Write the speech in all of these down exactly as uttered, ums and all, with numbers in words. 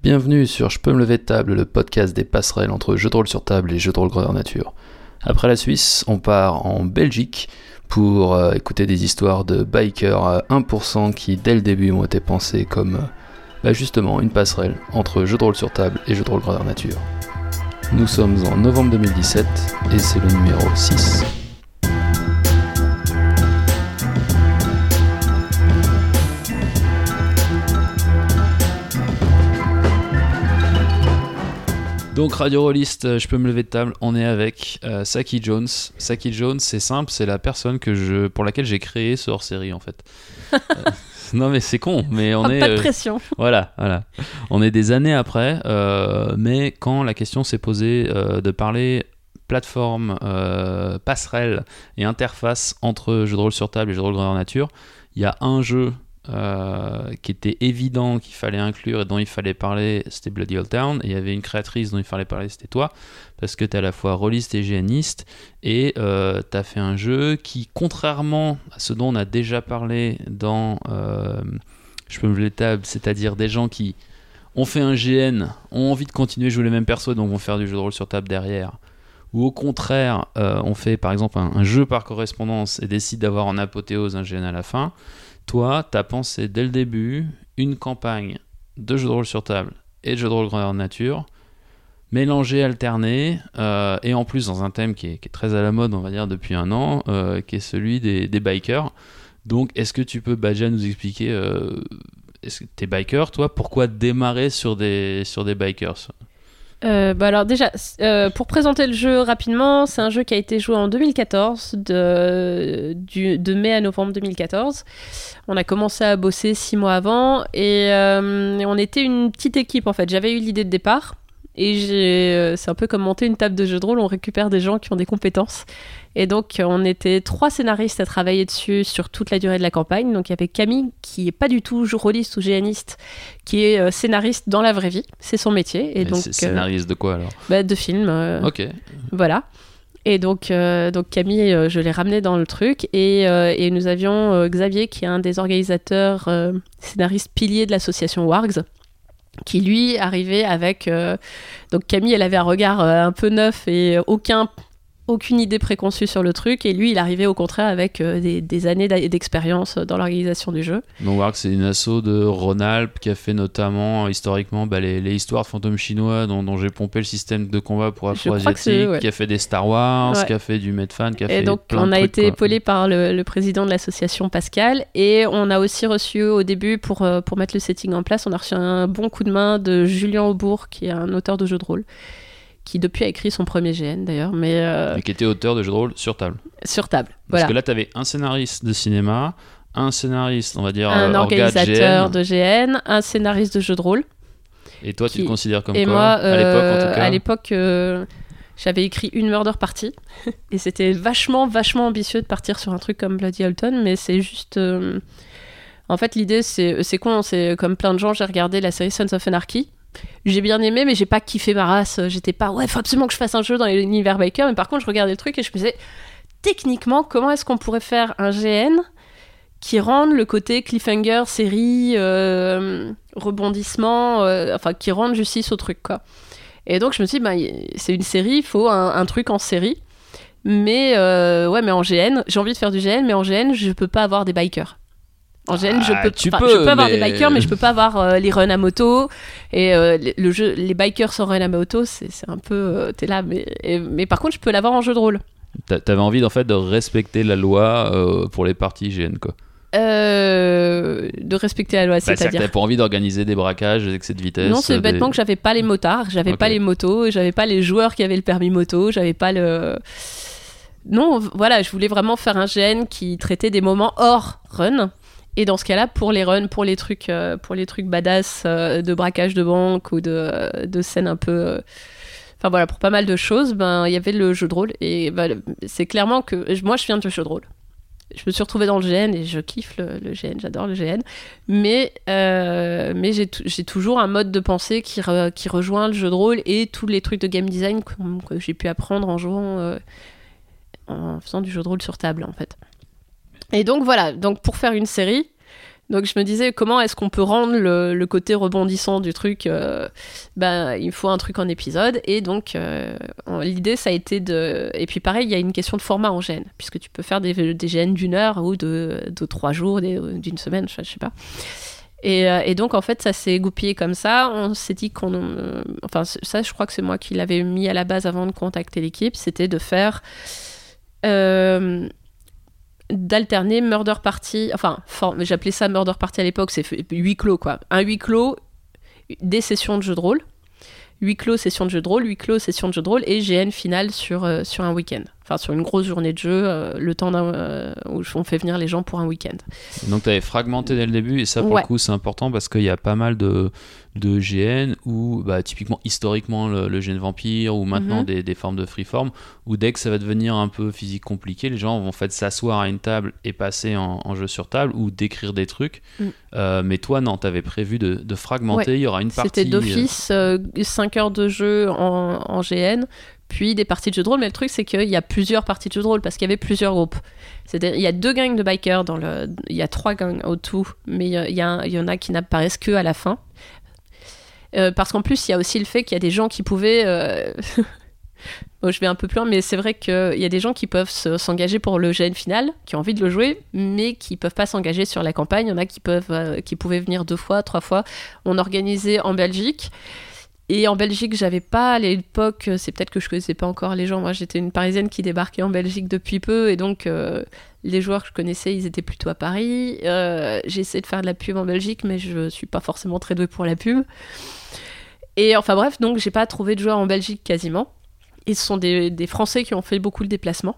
Bienvenue sur Je peux me lever de table, le podcast des passerelles entre jeux de rôle sur table et jeux de rôle grandeur nature. Après la Suisse, on part en Belgique pour euh, écouter des histoires de bikers à un pour cent qui, dès le début, ont été pensés comme euh, bah justement une passerelle entre jeux de rôle sur table et jeux de rôle grandeur nature. Nous sommes en novembre deux mille dix-sept et c'est le numéro six. Donc Radio Rolliste, je peux me lever de table, on est avec euh, Saki Jones. Saki Jones, c'est simple, c'est la personne que je, pour laquelle j'ai créé ce hors-série en fait. euh, non mais c'est con, mais on oh, est... Pas de pression. Euh, voilà, voilà. On est des années après, euh, mais quand la question s'est posée euh, de parler plateforme, euh, passerelle et interface entre jeux de rôle sur table et jeux de rôle grandeur nature, il y a un jeu... Euh, qui était évident qu'il fallait inclure et dont il fallait parler, c'était Bloody Old Town, et il y avait une créatrice dont il fallait parler, c'était toi, parce que tu es à la fois rôliste et géaniste, et euh, tu as fait un jeu qui, contrairement à ce dont on a déjà parlé dans euh, Je peux me lever de table, c'est-à-dire des gens qui ont fait un G N, ont envie de continuer à jouer les mêmes persos, donc vont faire du jeu de rôle sur table derrière, ou au contraire, euh, on fait par exemple un, un jeu par correspondance et décide d'avoir en apothéose un G N à la fin. Toi, t'as pensé dès le début une campagne de jeux de rôle sur table et de jeux de rôle grandeur nature, mélangés, alternés, euh, et en plus dans un thème qui est, qui est très à la mode, on va dire, depuis un an, euh, qui est celui des, des bikers. Donc, est-ce que tu peux, Badja, nous expliquer, euh, est-ce que t'es biker, toi, pourquoi démarrer sur des, sur des bikers ? Euh, bah alors déjà, euh, pour présenter le jeu rapidement, c'est un jeu qui a été joué en deux mille quatorze, de, du, de mai à novembre deux mille quatorze. On a commencé à bosser six mois avant et euh, on était une petite équipe en fait. J'avais eu l'idée de départ et j'ai, euh, c'est un peu comme monter une table de jeu de rôle, on récupère des gens qui ont des compétences. Et donc on était trois scénaristes à travailler dessus sur toute la durée de la campagne. Donc il y avait Camille qui est pas du tout rôliste ou géaniste, qui est euh, scénariste dans la vraie vie, c'est son métier. Et Mais donc c'est scénariste euh, de quoi alors ? bah, de films. Euh, ok. Voilà. Et donc, euh, donc Camille, euh, je l'ai ramené dans le truc et, euh, et nous avions euh, Xavier qui est un des organisateurs, euh, scénaristes piliers de l'association Wargs, qui lui arrivait avec... Euh, donc Camille, elle avait un regard euh, un peu neuf et aucun... aucune idée préconçue sur le truc, et lui il arrivait au contraire avec euh, des, des années d'expérience dans l'organisation du jeu. Donc Warg, c'est une asso de Rhône-Alpes qui a fait notamment historiquement bah, les, les histoires de fantômes chinois dont, dont j'ai pompé le système de combat pour Afro-Asiatique, ouais. Qui a fait des Star Wars, ouais. Qui a fait du Medfan, qui a et fait donc, plein de trucs. Et donc on a été quoi. épaulé par le, le président de l'association Pascal, et on a aussi reçu au début, pour, euh, pour mettre le setting en place, on a reçu un bon coup de main de Julien Aubourg, qui est un auteur de jeux de rôle, qui depuis a écrit son premier G N d'ailleurs, mais, euh... mais qui était auteur de jeux de rôle sur table. Sur table, Parce voilà. que là, tu avais un scénariste de cinéma, un scénariste, on va dire, un euh, organisateur de G N, un scénariste de jeux de rôle. Et toi, qui... tu te considères comme et quoi moi, euh, à l'époque, en tout cas À l'époque, euh, j'avais écrit une murder party, et c'était vachement, vachement ambitieux de partir sur un truc comme Bloody Old Town, mais c'est juste... Euh... En fait, l'idée, c'est, c'est con, c'est comme plein de gens, j'ai regardé la série Sons of Anarchy. J'ai bien aimé, mais j'ai pas kiffé ma race. J'étais pas, ouais, faut absolument que je fasse un jeu dans l'univers biker. Mais par contre, je regardais le truc et je me disais, techniquement, comment est-ce qu'on pourrait faire un G N qui rende le côté cliffhanger, série, euh, rebondissement, euh, enfin, qui rende justice au truc, quoi. Et donc, je me suis dit, bah, c'est une série, il faut un, un truc en série. Mais, euh, ouais, mais en G N, j'ai envie de faire du G N, mais en G N, je peux pas avoir des bikers. En G N, ah, je peux, tu peux, peux, je peux avoir mais... des bikers, mais je peux pas avoir euh, les runs à moto. Et euh, le jeu, les bikers sans run à moto, c'est, c'est un peu... Euh, t'es là, mais, et, mais par contre, je peux l'avoir en jeu de rôle. T'avais envie, en fait, de respecter la loi euh, pour les parties G N, quoi. Euh, de respecter la loi, bah, c'est-à-dire... T'avais pas envie d'organiser des braquages, des excès de vitesse... Non, c'est des... bêtement que j'avais pas les motards, j'avais okay. pas les motos, j'avais pas les joueurs qui avaient le permis moto, j'avais pas le... Non, voilà, je voulais vraiment faire un G N qui traitait des moments hors run. Et dans ce cas-là, pour les runs, pour les trucs, euh, pour les trucs badass euh, de braquage de banque ou de, euh, de scènes un peu... Euh... Enfin voilà, pour pas mal de choses, ben, y avait le jeu de rôle. Et ben, c'est clairement que... Moi, je viens du jeu de rôle. Je me suis retrouvée dans le G N et je kiffe le, le G N, j'adore le G N. Mais, euh, mais j'ai, t- j'ai toujours un mode de pensée qui, re- qui rejoint le jeu de rôle et tous les trucs de game design que, que j'ai pu apprendre en jouant... Euh, en faisant du jeu de rôle sur table, en fait. Et donc voilà, donc pour faire une série, Donc je me disais, comment est-ce qu'on peut rendre le, le côté rebondissant du truc euh, ben, il faut un truc en épisode. Et donc, euh, l'idée, ça a été de... Et puis pareil, il y a une question de format en G N, puisque tu peux faire des, des G N d'une heure ou de, de trois jours, des, d'une semaine, je, je sais pas. Et, euh, et donc, en fait, ça s'est goupillé comme ça. On s'est dit qu'on... Euh, enfin, ça, je crois que c'est moi qui l'avais mis à la base avant de contacter l'équipe. C'était de faire... Euh, d'alterner murder party, enfin for, j'appelais ça murder party à l'époque, c'est huis clos quoi, un huis clos, des sessions de jeu de rôle, huis clos session de jeu de rôle, huis clos session de jeu de rôle et G N finale sur, euh, sur un week-end, enfin sur une grosse journée de jeu, euh, le temps d'un, euh, où on fait venir les gens pour un week-end. Donc tu avais fragmenté dès le début et ça pour ouais. le coup c'est important parce qu'il y a pas mal de, de G N où bah, typiquement historiquement le, le G N vampire ou maintenant mm-hmm. des, des formes de freeform où dès que ça va devenir un peu physique compliqué, les gens vont en fait s'asseoir à une table et passer en, en jeu sur table ou d'écrire des trucs. Mm. Euh, mais toi non, tu avais prévu de, de fragmenter, ouais. Il y aura une partie... C'était d'office euh, cinq heures de jeu en, en G N, puis des parties de jeu de rôle, mais le truc c'est qu'il y a plusieurs parties de jeu de rôle parce qu'il y avait plusieurs groupes. C'est-à-dire, il y a deux gangs de bikers, dans le... il y a trois gangs au tout, mais il y, a, il y en a qui n'apparaissent que à la fin. Euh, parce qu'en plus, il y a aussi le fait qu'il y a des gens qui pouvaient... Euh... bon, je vais un peu plus loin, mais c'est vrai qu'il y a des gens qui peuvent se, s'engager pour le G N final, qui ont envie de le jouer, mais qui ne peuvent pas s'engager sur la campagne. Il y en a qui, peuvent, euh, qui pouvaient venir deux fois, trois fois. On organisait en Belgique. Et en Belgique, j'avais pas à l'époque, c'est peut-être que je connaissais pas encore les gens. Moi, j'étais une Parisienne qui débarquait en Belgique depuis peu, et donc euh, les joueurs que je connaissais, ils étaient plutôt à Paris. Euh, j'ai essayé de faire de la pub en Belgique, mais je suis pas forcément très douée pour la pub. Et enfin bref, donc j'ai pas trouvé de joueurs en Belgique quasiment. Et ce sont des, des Français qui ont fait beaucoup le déplacement.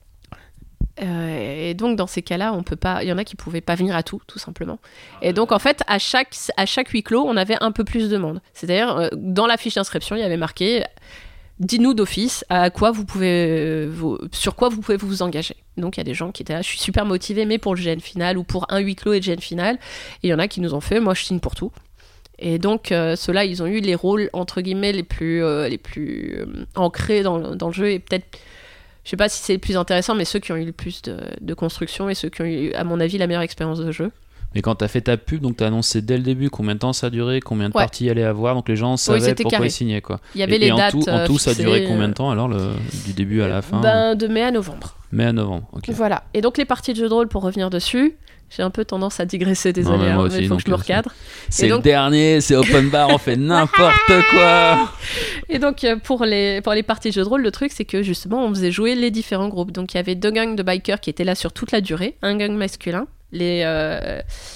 Euh, et donc dans ces cas-là, on peut pas. Il y en a qui pouvaient pas venir à tout, tout simplement. Et donc en fait, à chaque à chaque huis clos, on avait un peu plus de monde. C'est-à-dire euh, dans la fiche d'inscription, il y avait marqué dis-nous d'office à quoi vous pouvez, vous, sur quoi vous pouvez vous engager. Donc il y a des gens qui étaient là, je suis super motivée, mais pour le G N final ou pour un huis clos et le G N final. Et il y en a qui nous ont fait, moi je signe pour tout. Et donc euh, ceux-là, ils ont eu les rôles entre guillemets les plus euh, les plus euh, ancrés dans, dans le jeu et peut-être. Je sais pas si c'est le plus intéressant, mais ceux qui ont eu le plus de, de construction et ceux qui ont eu, à mon avis, la meilleure expérience de jeu. Mais quand tu as fait ta pub, donc tu as annoncé dès le début combien de temps ça durait, combien de ouais. parties il allait avoir, donc les gens savaient oui, pourquoi carré. Ils signaient. Quoi. Il y avait et, les et dates. En tout, en tout ça a duré euh... combien de temps alors, le, du début à la fin ben, De mai à novembre. Mai à novembre, ok. Voilà. Et donc les parties de jeu de rôle, pour revenir dessus, j'ai un peu tendance à digresser, désolé, hein, mais il faut que je me recadre. C'est donc... le dernier, c'est open bar, on fait n'importe quoi. Et donc pour les, pour les parties de jeu de rôle, le truc c'est que justement on faisait jouer les différents groupes. Donc il y avait deux gangs de bikers qui étaient là sur toute la durée, un gang masculin, les... Euh...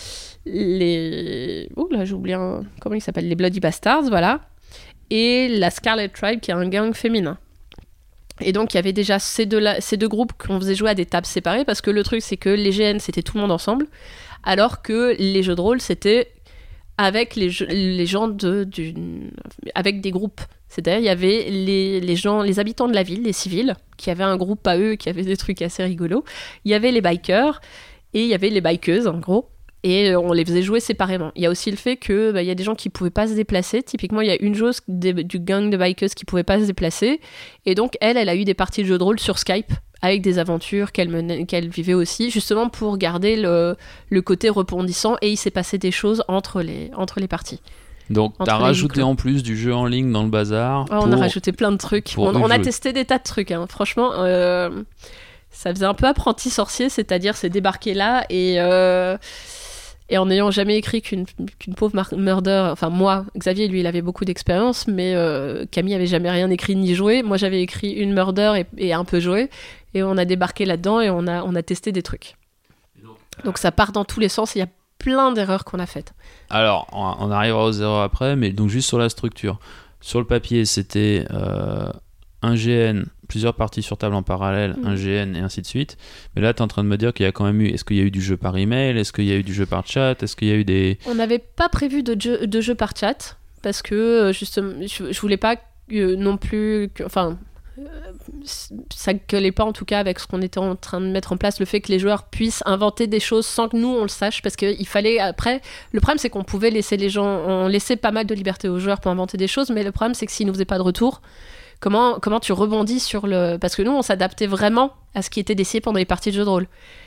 les... Oh là, j'ai oublié un... Comment il s'appelle ? Les Bloody Bastards, voilà. Et la Scarlet Tribe, qui est un gang féminin. Et donc, il y avait déjà ces deux, là, ces deux groupes qu'on faisait jouer à des tables séparées, parce que le truc, c'est que les G N, c'était tout le monde ensemble, alors que les jeux de rôle, c'était avec les, jeux, les gens de... Du... avec des groupes. C'est-à-dire, il y avait les, les gens, les habitants de la ville, les civils, qui avaient un groupe à eux, qui avaient des trucs assez rigolos. Il y avait les bikers, et il y avait les bikeuses, en gros. Et on les faisait jouer séparément. Il y a aussi le fait qu'il bah, y a des gens qui ne pouvaient pas se déplacer. Typiquement, il y a une joueuse des, du gang de bikers qui ne pouvait pas se déplacer. Et donc, elle, elle a eu des parties de jeux de rôle sur Skype avec des aventures qu'elle, menait, qu'elle vivait aussi, justement pour garder le, le côté rebondissant. Et il s'est passé des choses entre les, entre les parties. Donc, tu as rajouté en plus du jeu en ligne dans le bazar. Oh, on a rajouté plein de trucs. On, on a testé des tas de trucs. Hein. Franchement, euh, ça faisait un peu apprenti sorcier, c'est-à-dire c'est débarqué là et... Euh, Et en n'ayant jamais écrit qu'une, qu'une pauvre mar- murder, enfin moi, Xavier, lui, il avait beaucoup d'expérience, mais euh, Camille avait jamais rien écrit ni joué. Moi, j'avais écrit une murder et, et un peu joué, et on a débarqué là-dedans et on a, on a testé des trucs. Donc, donc ça part dans tous les sens, il y a plein d'erreurs qu'on a faites. Alors, on arrivera aux erreurs après, mais donc juste sur la structure. Sur le papier, c'était euh, un G N, plusieurs parties sur table en parallèle, mmh. un G N et ainsi de suite. Mais là, tu es en train de me dire qu'il y a quand même eu... Est-ce qu'il y a eu du jeu par email ? Est-ce qu'il y a eu du jeu par chat ? Est-ce qu'il y a eu des... On n'avait pas prévu de jeu, de jeu par chat, parce que justement, je, je voulais pas euh, non plus... Que, enfin, euh, ça ne collait pas en tout cas avec ce qu'on était en train de mettre en place, le fait que les joueurs puissent inventer des choses sans que nous, on le sache, parce qu'il fallait après... Le problème, c'est qu'on pouvait laisser les gens... On laissait pas mal de liberté aux joueurs pour inventer des choses, mais le problème, c'est que s'ils ne nous faisaient pas de retour... Comment, comment tu rebondis sur le... Parce que nous, on s'adaptait vraiment à ce qui était décidé pendant les parties de jeu de rôle.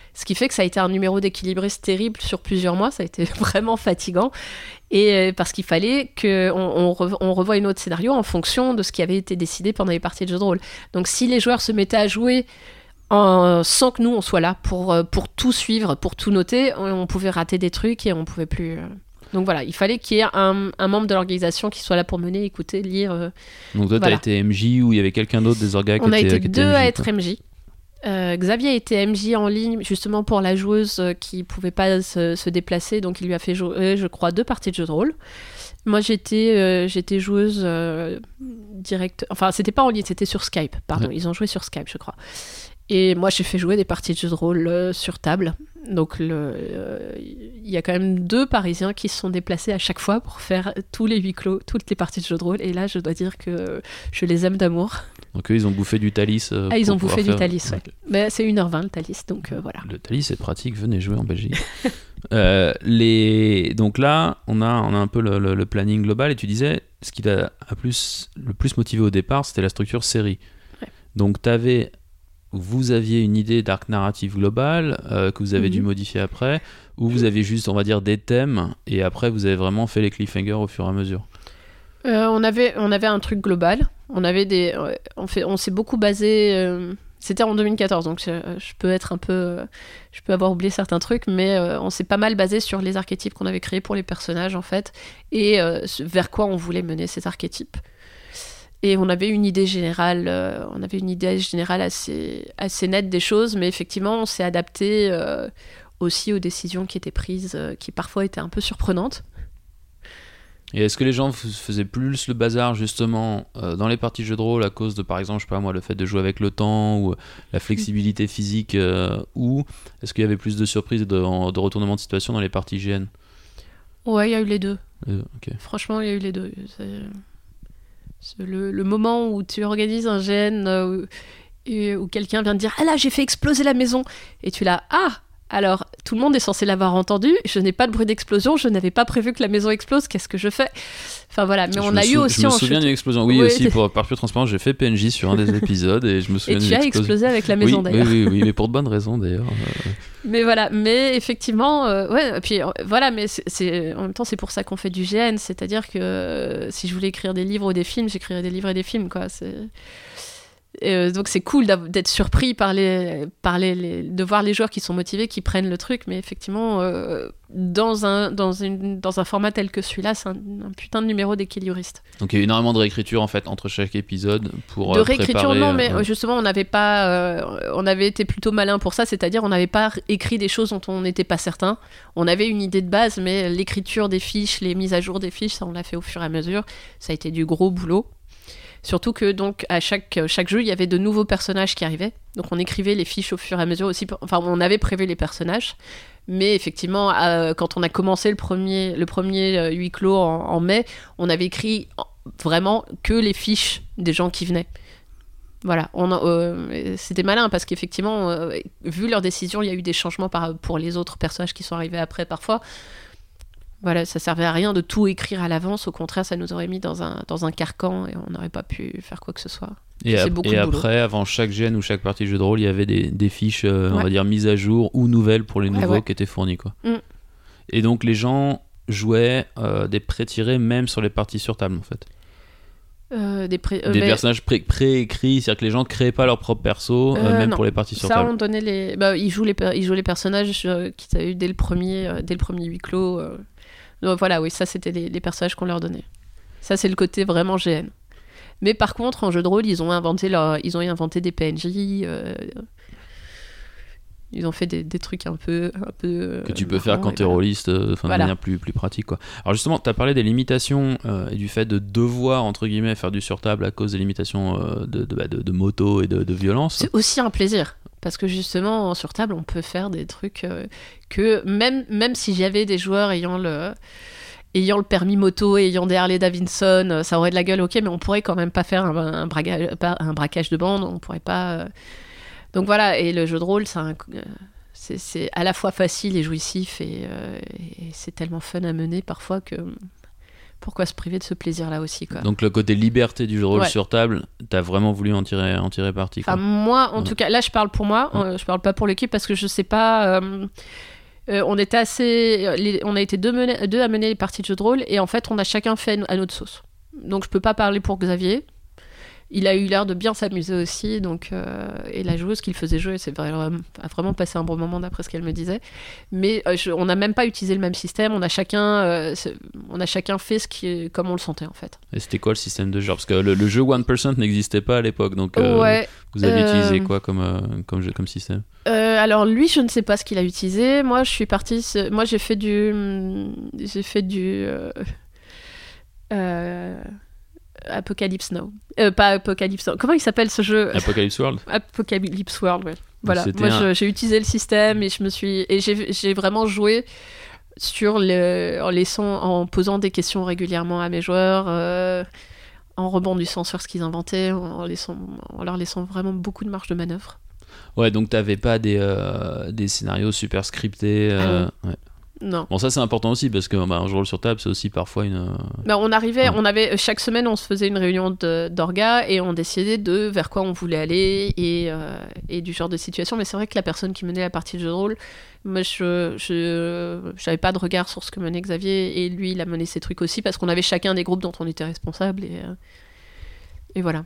Ce qui fait que ça a été un numéro d'équilibriste terrible sur plusieurs mois, ça a été vraiment fatigant. Et parce qu'il fallait qu'on on, re, on revoie une autre scénario en fonction de ce qui avait été décidé pendant les parties de jeu de rôle. Donc si les joueurs se mettaient à jouer en, sans que nous on soit là pour, pour tout suivre, pour tout noter, on, on pouvait rater des trucs et on pouvait plus... Donc voilà, il fallait qu'il y ait un, un membre de l'organisation qui soit là pour mener, écouter, lire. Euh, Donc toi, voilà. t'as été M J ou il y avait quelqu'un d'autre des orgas qui On a était, été qui deux était M J, à quoi. être M J. Euh, Xavier a été M J en ligne justement pour la joueuse qui pouvait pas se, se déplacer, donc il lui a fait jouer, je crois, deux parties de jeu de rôle. Moi j'étais, euh, j'étais joueuse euh, directe, enfin c'était pas en ligne, c'était sur Skype, pardon, ouais. Ils ont joué sur Skype je crois. Et moi j'ai fait jouer des parties de jeu de rôle euh, sur table, donc il euh, y a quand même deux Parisiens qui se sont déplacés à chaque fois pour faire tous les huis clos, toutes les parties de jeu de rôle, et là je dois dire que je les aime d'amour. Donc eux, ils ont bouffé du Thalys. Euh, ah, ils ont bouffé faire... du Thalys, ouais. Okay. Mais c'est une heure vingt le Thalys, donc euh, voilà. Le Thalys, c'est pratique, venez jouer en Belgique. euh, les... Donc là, on a, on a un peu le, le, le planning global, et tu disais, ce qui t'a a plus, le plus motivé au départ, c'était la structure série. Ouais. Donc t'avais, vous aviez une idée d'arc narratif global, euh, que vous avez mm-hmm. dû modifier après, ou vous aviez juste, on va dire, des thèmes, et après vous avez vraiment fait les cliffhangers au fur et à mesure. Euh, on avait, on avait un truc global. On avait des, on fait, on s'est beaucoup basé. Euh, c'était en deux mille quatorze, donc je, je peux être un peu, je peux avoir oublié certains trucs, mais euh, on s'est pas mal basé sur les archétypes qu'on avait créés pour les personnages en fait, et euh, vers quoi on voulait mener ces archétypes. Et on avait une idée générale, euh, on avait une idée générale assez, assez nette des choses, mais effectivement, on s'est adapté euh, aussi aux décisions qui étaient prises, euh, qui parfois étaient un peu surprenantes. Et est-ce que les gens faisaient plus le bazar justement euh, dans les parties de jeux de rôle à cause de, par exemple, je sais pas moi, le fait de jouer avec le temps ou la flexibilité physique, euh, ou est-ce qu'il y avait plus de surprises et de, de retournements de situation dans les parties G N ? Ouais, il y a eu les deux. Euh, okay. Franchement, il y a eu les deux. C'est... C'est le, le moment où tu organises un G N euh, où, où quelqu'un vient te dire « Ah là, j'ai fait exploser la maison !» Et tu l'as « Ah !» Alors, tout le monde est censé l'avoir entendu, je n'ai pas de bruit d'explosion, je n'avais pas prévu que la maison explose, qu'est-ce que je fais ? Enfin voilà, mais je on a sou- eu aussi... Je me en souviens chute... d'une explosion, oui, oui aussi, c'est... pour, par pure transparence, j'ai fait P N J sur un des épisodes et je me souviens et d'une tu as explosion. explosé avec la maison oui, d'ailleurs. Oui, oui, oui, mais pour de bonnes raisons d'ailleurs. Mais voilà, mais effectivement, euh, ouais, et puis voilà, mais c'est, c'est, en même temps, c'est pour ça qu'on fait du G N, c'est-à-dire que euh, si je voulais écrire des livres ou des films, j'écrirais des livres et des films, quoi, c'est... Et euh, donc c'est cool d'être surpris par les, par les, les, de voir les joueurs qui sont motivés, qui prennent le truc, mais effectivement, euh, dans, un, dans, une, dans un format tel que celui-là, c'est un, un putain de numéro d'équilibriste. Donc il y a énormément de réécriture en fait entre chaque épisode pour de euh, réécriture préparer, non, mais euh, justement on n'avait pas, euh, on avait été plutôt malin pour ça, c'est-à-dire on n'avait pas écrit des choses dont on n'était pas certain. On avait une idée de base, mais l'écriture des fiches, les mises à jour des fiches, ça on l'a fait au fur et à mesure. Ça a été du gros boulot. Surtout que donc à chaque, chaque jeu, il y avait de nouveaux personnages qui arrivaient. Donc on écrivait les fiches au fur et à mesure aussi. Pour... Enfin, on avait prévu les personnages. Mais effectivement, euh, quand on a commencé le premier, le premier euh, huis clos en, en mai, on avait écrit vraiment que les fiches des gens qui venaient. Voilà, on a, euh, c'était malin parce qu'effectivement, euh, vu leurs décisions, il y a eu des changements par, pour les autres personnages qui sont arrivés après parfois. Voilà, ça servait à rien de tout écrire à l'avance. Au contraire, ça nous aurait mis dans un, dans un carcan et on n'aurait pas pu faire quoi que ce soit. Et, c'est ap- beaucoup et de après, boulot. avant chaque G N ou chaque partie de jeu de rôle, il y avait des, des fiches, euh, Ouais. on va dire, mises à jour ou nouvelles pour les nouveaux ouais, ouais. qui étaient fournies, quoi. Mm. Et donc les gens jouaient euh, des pré-tirés même sur les parties sur table, en fait. Euh, des pré- euh, des mais... personnages pré- pré-écrits, c'est-à-dire que les gens créaient pas leur propre perso, euh, Euh, même non. pour les parties sur Ça, table. on donnait les. Bah, ils jouent les, per- ils jouent les personnages euh, qu'ils avaient eu dès le premier, euh, dès le premier huis clos. Euh. Donc voilà, oui, ça c'était les, les personnages qu'on leur donnait. Ça c'est le côté vraiment G N. Mais par contre, en jeu de rôle, ils ont inventé leur, ils ont inventé des P N J. Euh... Ils ont fait des, des trucs un peu, un peu que tu peux euh, faire quand t'es voilà. rôliste, euh, enfin, Voilà. de manière plus, plus pratique, quoi. Alors justement, t'as parlé des limitations euh, et du fait de devoir, entre guillemets, faire du sur-table à cause des limitations euh, de, de, de, de moto et de, de violence. C'est aussi un plaisir. Parce que justement, sur table, on peut faire des trucs euh, que même, même si j'avais des joueurs ayant le, ayant le permis moto, ayant des Harley Davidson, euh, ça aurait de la gueule, ok, mais on pourrait quand même pas faire un, un, braquage, un braquage de bande, on pourrait pas... Euh... Donc voilà, et le jeu de rôle, c'est, un, euh, c'est, c'est à la fois facile et jouissif, et, euh, et c'est tellement fun à mener parfois que... pourquoi se priver de ce plaisir-là aussi, quoi. Donc le côté liberté du jeu de rôle Ouais. sur table, t'as vraiment voulu en tirer, en tirer parti, quoi. Enfin, moi, en Ouais. tout cas, là, je parle pour moi, Ouais. euh, je parle pas pour l'équipe parce que je sais pas. euh, euh, on était assez, les- on a été deux, mener- deux à mener les parties de jeu de rôle et en fait, on a chacun fait à notre sauce. Donc, je peux pas parler pour Xavier. Il a eu l'air de bien s'amuser aussi, donc euh, et la joueuse qu'il faisait jouer, c'est vraiment, a vraiment passé un bon moment d'après ce qu'elle me disait. Mais euh, je- on n'a même pas utilisé le même système. On a chacun, euh, c'est- on a chacun fait ce qui, est- comme on le sentait en fait. Et c'était quoi le système de genre? Parce que le, le jeu One Percent n'existait pas à l'époque, donc euh, Ouais. vous avez euh, utilisé quoi comme, euh, comme, jeu, comme système? Euh, alors lui, je ne sais pas ce qu'il a utilisé. Moi, je suis partie. c'est- Moi, j'ai fait du, hum, j'ai fait du euh, euh, Apocalypse Now. Euh, pas Apocalypse Now. Comment il s'appelle ce jeu? Apocalypse World? Apocalypse World. Ouais. Voilà. C'était Moi, un- je- j'ai utilisé le système et je me suis et j'ai j'ai vraiment joué sur le, en laissant, en posant des questions régulièrement à mes joueurs. euh, en rebondissant sur ce qu'ils inventaient, en, laissant, en leur laissant vraiment beaucoup de marge de manœuvre. Ouais, donc t'avais pas des, euh, des scénarios super scriptés. euh, ouais. Non. Bon, ça c'est important aussi parce que bah, un jeu de rôle sur table, c'est aussi parfois une. euh, Bah, on arrivait, Ouais. on avait chaque semaine, on se faisait une réunion de- d'orga et on décidait de vers quoi on voulait aller et, euh, et du genre de situation. Mais c'est vrai que la personne qui menait la partie de jeu de rôle, moi, je, je, j'avais pas de regard sur ce que menait Xavier et lui, il a mené ses trucs aussi parce qu'on avait chacun des groupes dont on était responsable et, euh, et voilà.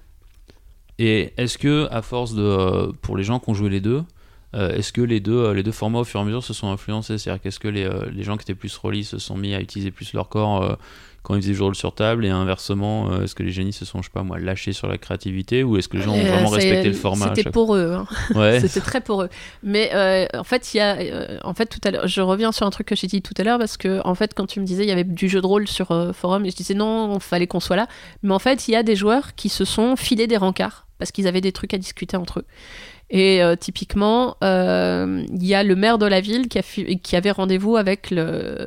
Et est-ce que, à force de. euh, pour les gens qui ont joué les deux, euh, est-ce que les deux, euh, les deux formats au fur et à mesure se sont influencés? C'est-à-dire qu'est-ce que les, euh, les gens qui étaient plus rollis se sont mis à utiliser plus leur corps euh, quand ils faisaient jeu de rôle sur table, et inversement, euh, est-ce que les génies se sont, je sais pas moi, lâchés sur la créativité, ou est-ce que les gens ont Euh, vraiment c'est- respecté le format à C'était chaque pour eux. Hein. Ouais. C'était très pour eux. Mais euh, en fait, il y a, euh, en fait, tout à l'heure, je reviens sur un truc que j'ai dit tout à l'heure parce que, en fait, quand tu me disais il y avait du jeu de rôle sur euh, forum, et je disais non, il fallait qu'on soit là. Mais en fait, il y a des joueurs qui se sont filés des rencarts parce qu'ils avaient des trucs à discuter entre eux. Et euh, typiquement, euh, il y a le maire de la ville qui, a fi- qui avait rendez-vous avec le,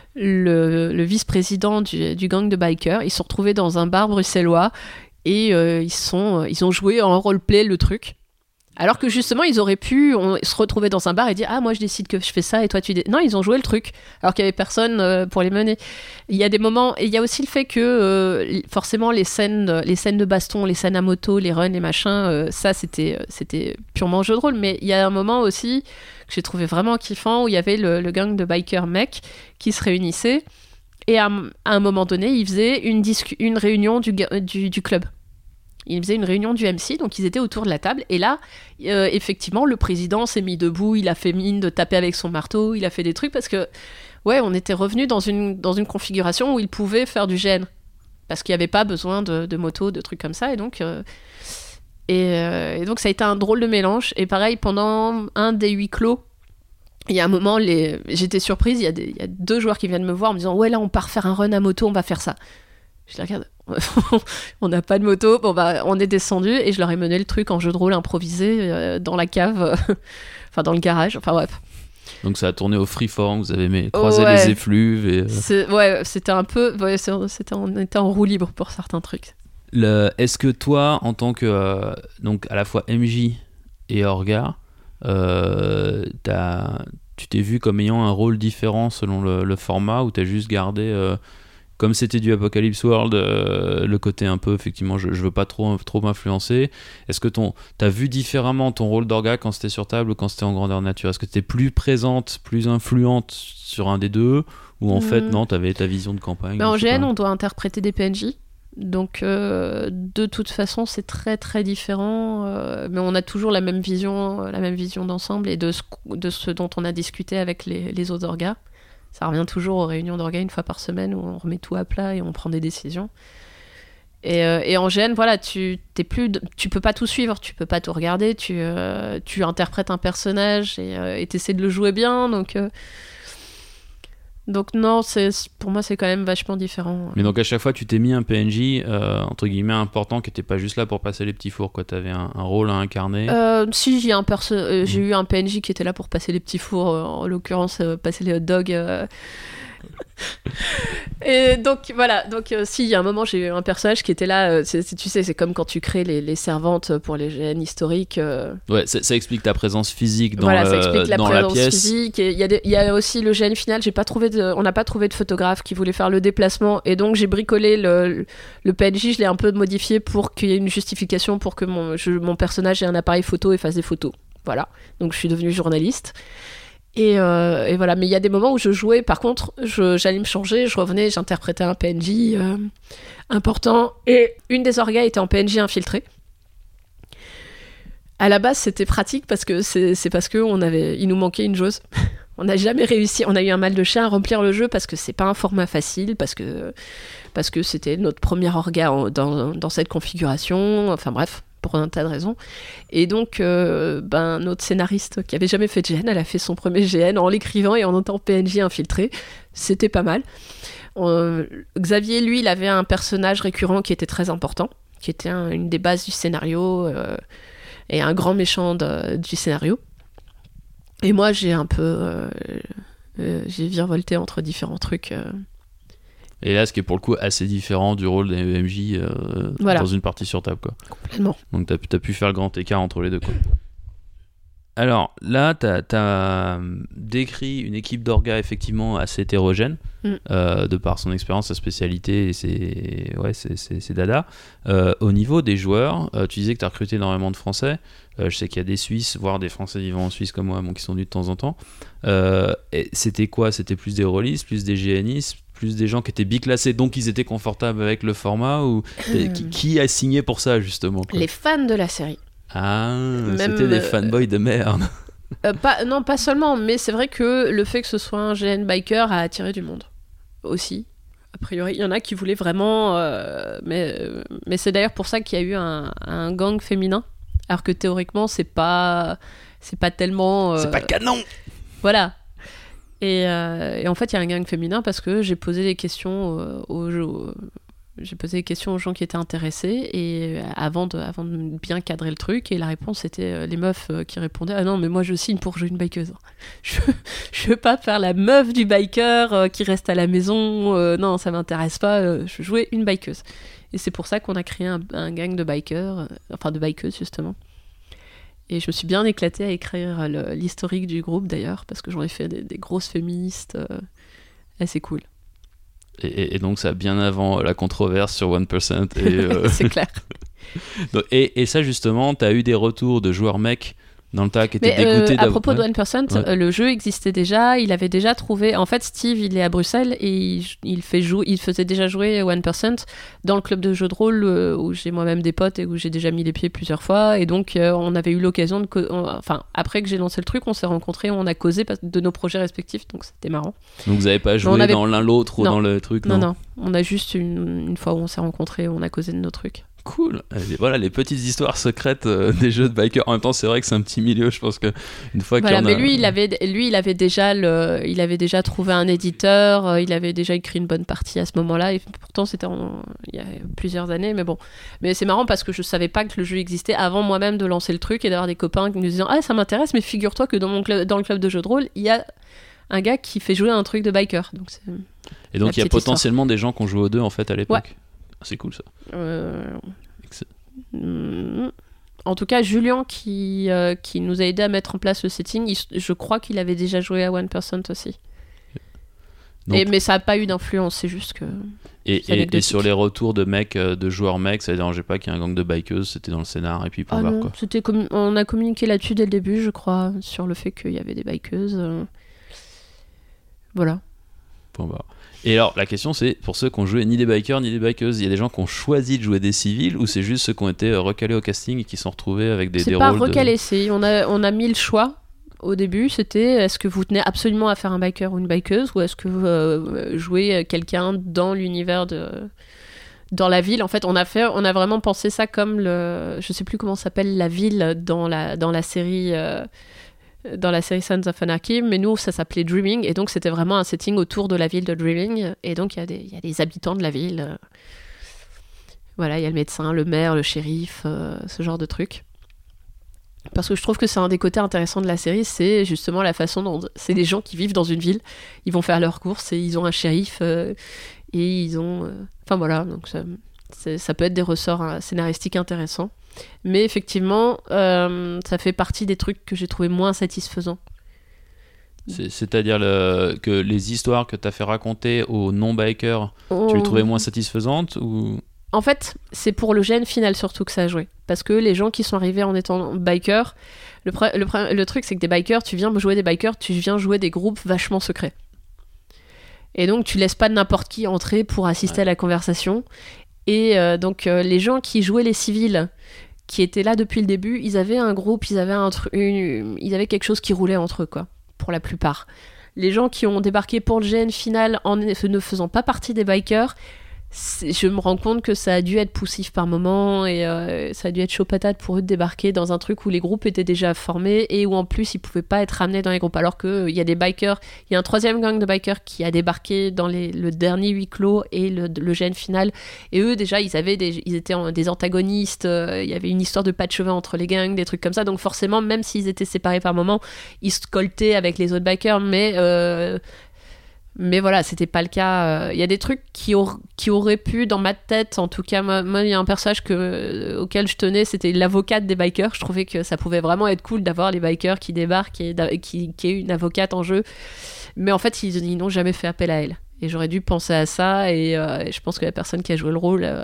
le, le vice-président du, du gang de bikers. Ils se sont retrouvés dans un bar bruxellois et euh, ils, sont, ils ont joué en roleplay le truc. Alors que justement, ils auraient pu on, se retrouver dans un bar et dire « Ah, moi, je décide que je fais ça et toi, tu... » Non, ils ont joué le truc, alors qu'il n'y avait personne euh, pour les mener. Il y a des moments... Et il y a aussi le fait que, euh, forcément, les scènes, les scènes de baston, les scènes à moto, les runs, les machins, euh, ça, c'était, c'était purement jeu de rôle. Mais il y a un moment aussi que j'ai trouvé vraiment kiffant, où il y avait le, le gang de bikers mecs qui se réunissaient. Et à, à un moment donné, ils faisaient une, discu- une réunion du, ga- du, du club. Ils faisaient une réunion du M C, donc ils étaient autour de la table. Et là, euh, effectivement, le président s'est mis debout, il a fait mine de taper avec son marteau, il a fait des trucs parce que, ouais, on était revenu dans une, dans une configuration où il pouvait faire du G N. Parce qu'il n'y avait pas besoin de, de moto, de trucs comme ça. Et donc, euh, et, euh, et donc, ça a été un drôle de mélange. Et pareil, pendant un des huis clos, il y a un moment, les... j'étais surprise, il y, a des... il y a deux joueurs qui viennent me voir en me disant « Ouais, là, on part faire un run à moto, on va faire ça. » Je les regarde, on n'a pas de moto, bon bah on est descendu et je leur ai mené le truc en jeu de rôle improvisé euh, dans la cave, euh, enfin dans le garage, enfin bref. Donc ça a tourné au freeform, vous avez mais, croisé Ouais. les effluves et... euh, C'est, ouais, c'était un peu, ouais, c'est- c'était, on était en roue libre pour certains trucs. Le, est-ce que toi, en tant que euh, donc à la fois M J et Orga, euh, t'as, tu t'es vu comme ayant un rôle différent selon le, le format, ou t'as juste gardé, euh, comme c'était du Apocalypse World, euh, le côté un peu, effectivement, je, je veux pas trop, trop m'influencer. Est-ce que ton, t'as vu différemment ton rôle d'Orga quand c'était sur table ou quand c'était en grandeur nature? Est-ce que t'étais plus présente, plus influente sur un des deux, ou en fait, Mm. non, t'avais ta vision de campagne? Mais en je sais G N, pas. on doit interpréter des P N J. Donc, euh, de toute façon, c'est très très différent. euh, mais on a toujours la même vision, la même vision d'ensemble et de ce, de ce dont on a discuté avec les, les autres orgas. Ça revient toujours aux réunions d'orgas une fois par semaine où on remet tout à plat et on prend des décisions. Et, euh, et en G N, voilà, tu t'es plus, de- tu peux pas tout suivre, tu peux pas tout regarder. Tu, euh, tu interprètes un personnage et euh, tu essaies de le jouer bien. Donc, euh, donc non, c'est, pour moi, c'est quand même vachement différent. Mais donc à chaque fois tu t'es mis un P N J euh, entre guillemets important, qui était pas juste là pour passer les petits fours, quoi. T'avais un, un rôle à incarner. Euh, si j'ai un perso- euh, j'ai Mhm. eu un P N J qui était là pour passer les petits fours, euh, en l'occurrence euh, passer les hot dogs euh, Et donc voilà, donc euh, si il y a un moment j'ai eu un personnage qui était là, euh, c'est, c'est, tu sais, c'est comme quand tu crées les, les servantes pour les G N historiques. Euh... Ouais, ça, ça explique ta présence physique dans, voilà, le, ça explique la dans présence la pièce. physique. Il y, y a aussi le G N final. J'ai pas trouvé de, on n'a pas trouvé de photographe qui voulait faire le déplacement, et donc j'ai bricolé le, le P N J. Je l'ai un peu modifié pour qu'il y ait une justification pour que mon, je, mon personnage ait un appareil photo et fasse des photos. Voilà. Donc je suis devenue journaliste. Et, euh, et voilà, mais il y a des moments où je jouais, par contre, je, j'allais me changer, je revenais, j'interprétais un P N J euh, important, et une des orgas était en P N J infiltré. À la base, c'était pratique parce que c'est, c'est parce que on avait, il nous manquait une jauge. On n'a jamais réussi, on a eu un mal de chien à remplir le jeu parce que c'est pas un format facile, parce que, parce que c'était notre première orga en, dans, dans cette configuration, enfin bref. Pour un tas de raisons. Et donc, euh, ben, notre scénariste qui avait jamais fait de G N, elle a fait son premier G N en l'écrivant et en étant P N J infiltré. C'était pas mal. Euh, Xavier, lui, il avait un personnage récurrent qui était très important, qui était un, une des bases du scénario euh, et un grand méchant de, du scénario. Et moi, j'ai un peu... Euh, euh, j'ai virevolté entre différents trucs... Euh, Et là, ce qui est pour le coup assez différent du rôle des M J euh, voilà. dans une partie sur table, quoi. Complètement. Donc t'as, t'as pu faire le grand écart entre les deux, quoi. Alors là, t'as, t'as décrit une équipe d'orga effectivement assez hétérogène, mm. euh, de par son expérience, sa spécialité et ses, ouais, c'est, c'est, c'est dada. Euh, au niveau des joueurs, euh, tu disais que t'as recruté énormément de Français. Euh, je sais qu'il y a des Suisses, voire des Français vivant en Suisse comme moi, bon, qui sont venus de temps en temps. Euh, et c'était quoi ? C'était plus des rôlistes, plus des G N istes, plus des gens qui étaient biclassés, donc ils étaient confortables avec le format, ou euh... qui, qui a signé pour ça justement, quoi ? Les fans de la série. Ah, même, c'était des fanboys de merde. Euh, pas, non, pas seulement, mais c'est vrai que le fait que ce soit un G N biker a attiré du monde aussi. A priori, il y en a qui voulaient vraiment, euh, mais mais c'est d'ailleurs pour ça qu'il y a eu un, un gang féminin, alors que théoriquement c'est pas c'est pas tellement. Euh... C'est pas canon. Voilà. Et, euh, et en fait, il y a un gang féminin parce que j'ai posé des questions euh, aux, aux, j'ai posé des questions aux gens qui étaient intéressés et euh, avant de, avant de bien cadrer le truc, et la réponse était euh, les meufs euh, qui répondaient ah non mais moi je signe pour jouer une bikeuse. Je, je veux pas faire la meuf du biker euh, qui reste à la maison. Euh, non, ça m'intéresse pas. Euh, je veux jouer une bikeuse. Et c'est pour ça qu'on a créé un, un gang de bikers, euh, enfin de bikeuses justement. Et je me suis bien éclatée à écrire le, l'historique du groupe d'ailleurs, parce que j'en ai fait des, des grosses féministes euh, assez cool. Et, et donc ça bien avant la controverse sur one percent. Et, euh... c'est clair. donc, et, et ça justement, t'as eu des retours de joueurs mecs dans le tas qui étaient Mais, dégoûtés. Euh, à propos ouais. de one percent, ouais. euh, le jeu existait déjà, il avait déjà trouvé... En fait, Steve, il est à Bruxelles et il, il, fait jou... il faisait déjà jouer one percent dans le club de jeux de rôle euh, où j'ai moi-même des potes et où j'ai déjà mis les pieds plusieurs fois. Et donc, euh, on avait eu l'occasion de... Co- on... Enfin, après que j'ai lancé le truc, on s'est rencontrés, on a causé de nos projets respectifs, donc c'était marrant. Donc vous n'avez pas joué avait... dans l'un l'autre ou non. dans le truc, non? Non, non. On a juste une, une fois où on s'est rencontrés, on a causé de nos trucs. Cool. Et voilà les petites histoires secrètes euh, des jeux de bikers. En même temps, c'est vrai que c'est un petit milieu. Je pense que une fois voilà, qu'il y en mais a... lui, il avait, lui, il avait déjà le, il avait déjà trouvé un éditeur. Euh, il avait déjà écrit une bonne partie à ce moment-là. Et pourtant, c'était en, il y a plusieurs années. Mais bon, mais c'est marrant parce que je savais pas que le jeu existait avant moi-même de lancer le truc et d'avoir des copains qui me disaient ah ça m'intéresse, mais figure-toi que dans mon club, dans le club de jeux de rôle, il y a un gars qui fait jouer un truc de biker. Donc c'est et donc il y a potentiellement histoire. Des gens qui ont joué aux deux en fait à l'époque. Ouais. C'est cool ça. Euh... En tout cas, Julien qui, euh, qui nous a aidé à mettre en place le setting, il, je crois qu'il avait déjà joué à one percent aussi. Donc, et, mais ça n'a pas eu d'influence, c'est juste que. Et, et, et sur les retours de mecs, de joueurs mecs, ça ne dérangeait pas qu'il y ait un gang de bikeuses, c'était dans le scénar et puis pour ah voir non, quoi. C'était commun- on a communiqué là-dessus dès le début, je crois, sur le fait qu'il y avait des bikeuses. Euh... Voilà. Point barre. Et alors, la question c'est, pour ceux qui ont joué ni des bikers ni des bikeuses, il y a des gens qui ont choisi de jouer des civils ou c'est juste ceux qui ont été recalés au casting et qui sont retrouvés avec des, c'est des pas rôles recalé, de... c'est on a, on a mis le choix au début, c'était est-ce que vous tenez absolument à faire un biker ou une bikeuse ou est-ce que vous euh, jouez quelqu'un dans l'univers de... dans la ville. En fait, on a, fait, on a vraiment pensé ça comme le... Je sais plus comment s'appelle la ville dans la, dans la série... Euh... dans la série Sons of Anarchy, mais nous ça s'appelait Dreaming et donc c'était vraiment un setting autour de la ville de Dreaming et donc il y a des, y a des habitants de la ville, voilà, il y a le médecin, le maire, le shérif, euh, ce genre de trucs. Parce que je trouve que c'est un des côtés intéressants de la série, c'est justement la façon dont c'est des gens qui vivent dans une ville, ils vont faire leurs courses et ils ont un shérif euh, et ils ont... euh, Enfin voilà, donc ça, c'est- ça peut être des ressorts euh, scénaristiques intéressants. Mais effectivement, euh, ça fait partie des trucs que j'ai trouvé moins satisfaisants. C'est- C'est-à-dire le- que les histoires que tu as fait raconter aux non-bikers, tu les On- trouvais moins satisfaisantes ou... En fait, c'est pour le gène final surtout que ça a joué. Parce que les gens qui sont arrivés en étant bikers, le, pre- le, pre- le truc c'est que des bikers, tu viens jouer des bikers, tu viens jouer des groupes vachement secrets. Et donc tu laisses pas n'importe qui entrer pour assister Ouais. à la conversation. Et euh, donc euh, les gens qui jouaient les civils, qui étaient là depuis le début, ils avaient un groupe, ils avaient, un tru- une- ils avaient quelque chose qui roulait entre eux, quoi, pour la plupart. Les gens qui ont débarqué pour le gène final en ne faisant pas partie des bikers, c'est- je me rends compte que ça a dû être poussif par moment et euh, ça a dû être chaud patate pour eux de débarquer dans un truc où les groupes étaient déjà formés et où en plus ils pouvaient pas être ramenés dans les groupes, alors qu'il y a des bikers, il y a un troisième gang de bikers qui a débarqué dans les, le dernier huis clos et le, le gène final, et eux déjà ils avaient des, ils étaient en- des antagonistes, euh, il y avait une histoire de pas de cheveux entre les gangs, des trucs comme ça, donc forcément même s'ils étaient séparés par moment ils se coltaient avec les autres bikers, mais euh, mais voilà, c'était pas le cas. Il y a des trucs qui, aur- qui auraient pu, dans ma tête, en tout cas, moi, moi, il y a un personnage que, euh, auquel je tenais, c'était l'avocate des bikers. Je trouvais que ça pouvait vraiment être cool d'avoir les bikers qui débarquent et d'a- qui, qui est une avocate en jeu. Mais en fait, ils, ils n'ont jamais fait appel à elle. Et j'aurais dû penser à ça. Et, euh, et je pense que la personne qui a joué le rôle euh,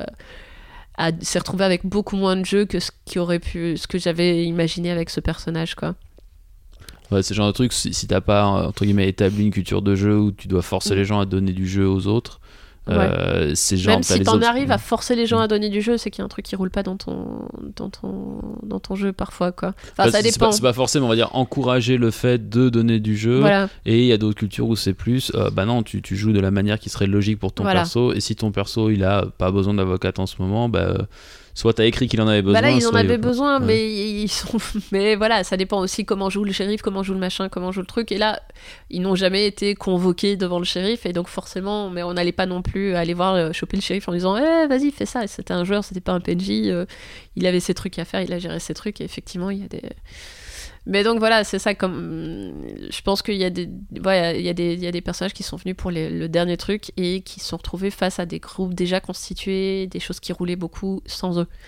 a- s'est retrouvée avec beaucoup moins de jeu que ce, qui aurait pu, ce que j'avais imaginé avec ce personnage, quoi. Ouais, c'est le genre de truc, si, si t'as pas, entre guillemets, établi une culture de jeu où tu dois forcer Mm. les gens à donner du jeu aux autres, euh, c'est genre... Même t'as si les t'en autres- arrives à forcer les gens à donner du jeu, c'est qu'il y a un truc qui roule pas dans ton, dans ton, dans ton jeu parfois, quoi. Enfin, Bah, ça c'est- c'est dépend. pas, c'est pas forcément, on va dire, encourager le fait de donner du jeu. Voilà. Et il y a d'autres cultures où c'est plus, euh, bah non, tu, tu joues de la manière qui serait logique pour ton Voilà. perso. Et si ton perso, il a pas besoin d'avocate en ce moment, bah, euh, soit t'as écrit qu'il en avait besoin. Bah là, ils en soit il avaient veut pas. besoin, Ouais. mais ils sont. Mais voilà, ça dépend aussi comment joue le shérif, comment joue le machin, comment joue le truc. Et là, ils n'ont jamais été convoqués devant le shérif, et donc forcément, mais on n'allait pas non plus aller voir euh, choper le shérif en disant, eh, vas-y, fais ça. Et c'était un joueur, c'était pas un P N J. euh, il avait ses trucs à faire, il a géré ses trucs, et effectivement, il y a des. Mais donc voilà, c'est ça, comme. Je pense qu'il y a des. Ouais, il y a des, il y a des personnages qui sont venus pour les- le dernier truc et qui se sont retrouvés face à des groupes déjà constitués, des choses qui roulaient beaucoup sans eux.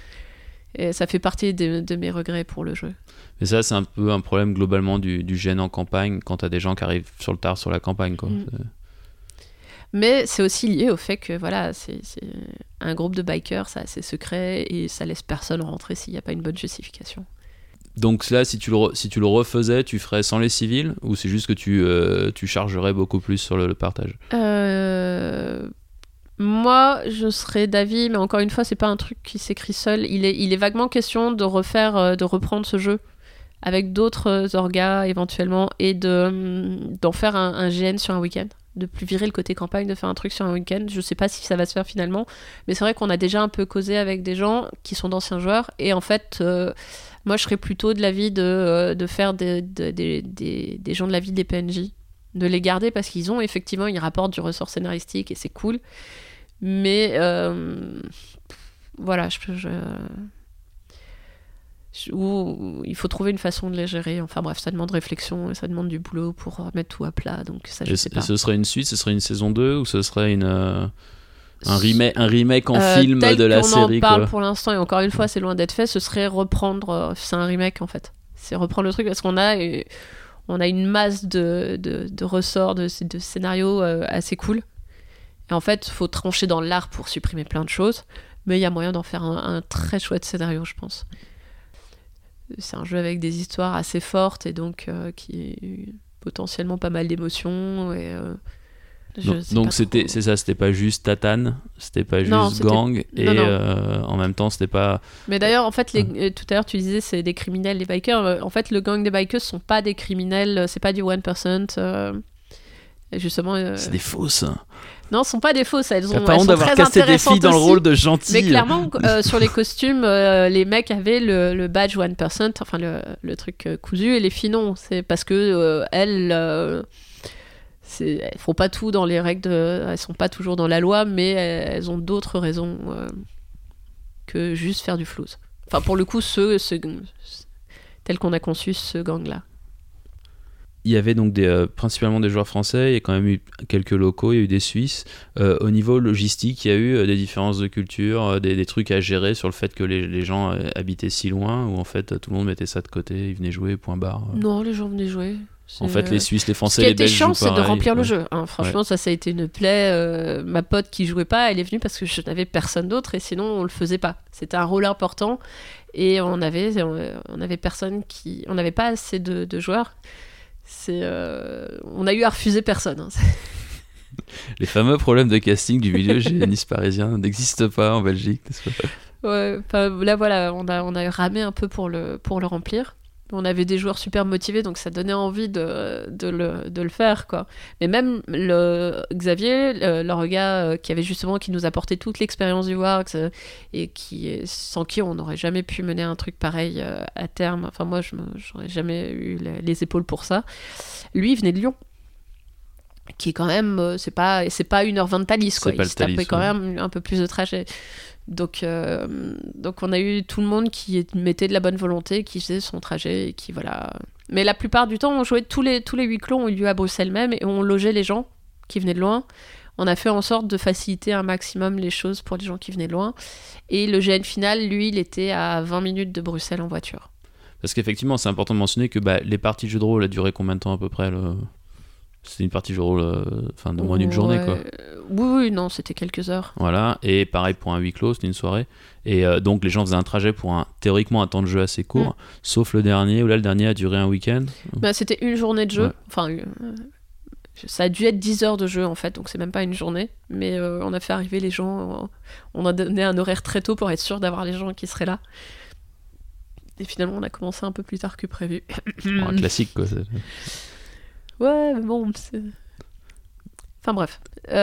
Et ça fait partie de, de mes regrets pour le jeu. Mais ça, c'est un peu un problème globalement du, du gène en campagne quand t'as des gens qui arrivent sur le tard sur la campagne, quoi. Mm. C'est- Mais c'est aussi lié au fait que voilà, c'est, c'est un groupe de bikers, c'est assez secret et ça laisse personne rentrer s'il n'y a pas une bonne justification. Donc là, si tu, le re- si tu le refaisais, tu ferais sans les civils ou c'est juste que tu, euh, tu chargerais beaucoup plus sur le, le partage? Euh, Moi, je serais d'avis, mais encore une fois, c'est pas un truc qui s'écrit seul. Il est, il est vaguement question de refaire, euh, de reprendre ce jeu avec d'autres euh, orgas éventuellement et de, hum, d'en faire un, un G N sur un week-end. De plus virer le côté campagne, de faire un truc sur un week-end. Je sais pas si ça va se faire finalement, mais c'est vrai qu'on a déjà un peu causé avec des gens qui sont d'anciens joueurs et en fait, euh, moi je serais plutôt de l'avis de, euh, de faire des, des, des, des, des gens de la vie des P N J, de les garder parce qu'ils ont effectivement, ils rapportent du ressort scénaristique et c'est cool. Mais euh, voilà, je, je, je- ou- il faut trouver une façon de les gérer. Enfin bref, ça demande réflexion et ça demande du boulot pour mettre tout à plat. Donc ça, je Et, sais c- pas. et ce serait une suite, ce serait une saison deux ou ce serait une, euh, un, remake, un remake en Euh, film tel de la qu'on série, en parle quoi. pour l'instant, et encore une fois, c'est loin d'être fait. Ce serait reprendre. euh, C'est un remake en fait. C'est reprendre le truc parce qu'on a, euh, on a une masse de, de, de ressorts, de, de scénarios euh, assez cool. Et en fait, il faut trancher dans l'art pour supprimer plein de choses. Mais il y a moyen d'en faire un, un très chouette scénario, je pense. C'est un jeu avec des histoires assez fortes et donc euh, qui potentiellement pas mal d'émotions. Et, euh, je Donc, sais donc pas c'était, trop. c'est ça, c'était pas juste Tatane, c'était pas juste Non, c'était- gang, et non, non. euh, en même temps, c'était pas. Mais d'ailleurs, en fait, les, euh, tout à l'heure, tu disais c'est des criminels, les bikers. Euh, En fait, le gang des bikers sont pas des criminels, euh, c'est pas du one percent. euh, et justement. euh, C'est des fausses. Non, ce sont pas des fausses. Elles, ont, T'as pas elles honte sont d'avoir très cassé des intéressantes filles dans le aussi. rôle de gentil. Mais clairement, euh, sur les costumes, euh, les mecs avaient le, le badge one percent, enfin le, le truc euh, cousu, et les filles non. C'est parce que euh, elles, euh, c'est, elles font pas tout dans les règles, de, elles sont pas toujours dans la loi, mais elles, elles ont d'autres raisons euh, que juste faire du flouze. Enfin, pour le coup, ceux, ceux tel qu'on a conçu ce gang-là. Il y avait donc des, euh, principalement des joueurs français, il y a quand même eu quelques locaux, il y a eu des Suisses. Euh, au niveau logistique, il y a eu euh, des différences de culture, euh, des, des trucs à gérer sur le fait que les, les gens euh, habitaient si loin, ou en fait tout le monde mettait ça de côté, ils venaient jouer, point barre. Euh. Non, les gens venaient jouer. C'est... En fait, les Suisses, les Français, les les Belges jouent pareil. Ce qui était chiant, c'est de remplir ouais. le jeu. Hein. Franchement, ouais. ça, ça a été une plaie. Euh, ma pote qui jouait pas, elle est venue parce que je n'avais personne d'autre et sinon, on le faisait pas. C'était un rôle important et on avait, on avait personne qui... On n'avait pas assez de, de joueurs. C'est, euh... On a eu à refuser personne. Hein. Les fameux problèmes de casting du milieu génisse parisien n'existent pas en Belgique, n'est-ce pas ? Ouais, là, voilà, on a, on a ramé un peu pour le, pour le remplir. On avait des joueurs super motivés, donc ça donnait envie de, de, le, de le faire, quoi. Mais même le, Xavier, le, le gars qui avait justement, qui nous apportait toute l'expérience du Warx euh, et qui, sans qui on n'aurait jamais pu mener un truc pareil euh, à terme. Enfin, moi, je n'aurais jamais eu les, les épaules pour ça. Lui, il venait de Lyon. Qui est quand même, euh, c'est pas, c'est pas une heure vingt de Thalys, quoi. Il se tapait quand ouais. même un peu plus de trajet. Donc, euh, donc on a eu tout le monde qui mettait de la bonne volonté, qui faisait son trajet et qui voilà. Mais la plupart du temps, on jouait tous les tous les huis clos ont eu lieu à Bruxelles même et on logeait les gens qui venaient de loin. On a fait en sorte de faciliter un maximum les choses pour les gens qui venaient de loin. Et le G N final, lui, il était à vingt minutes de Bruxelles en voiture. Parce qu'effectivement, c'est important de mentionner que bah, les parties de jeu de rôle, a duré combien de temps à peu près le... C'était une partie de jeu de rôle euh, de moins d'une ouais. journée, quoi. Oui, oui, non, c'était quelques heures. Voilà, et pareil pour un huis clos, c'était une soirée. Et euh, donc les gens faisaient un trajet pour un, théoriquement un temps de jeu assez court, mmh. sauf le dernier, où là le dernier a duré un week-end. Bah, c'était une journée de jeu. Ouais. Enfin, euh, ça a dû être dix heures de jeu en fait, donc c'est même pas une journée. Mais euh, on a fait arriver les gens, euh, on a donné un horaire très tôt pour être sûr d'avoir les gens qui seraient là. Et finalement, on a commencé un peu plus tard que prévu. Un classique, quoi. C'est... Ouais, mais bon, c'est... Enfin bref.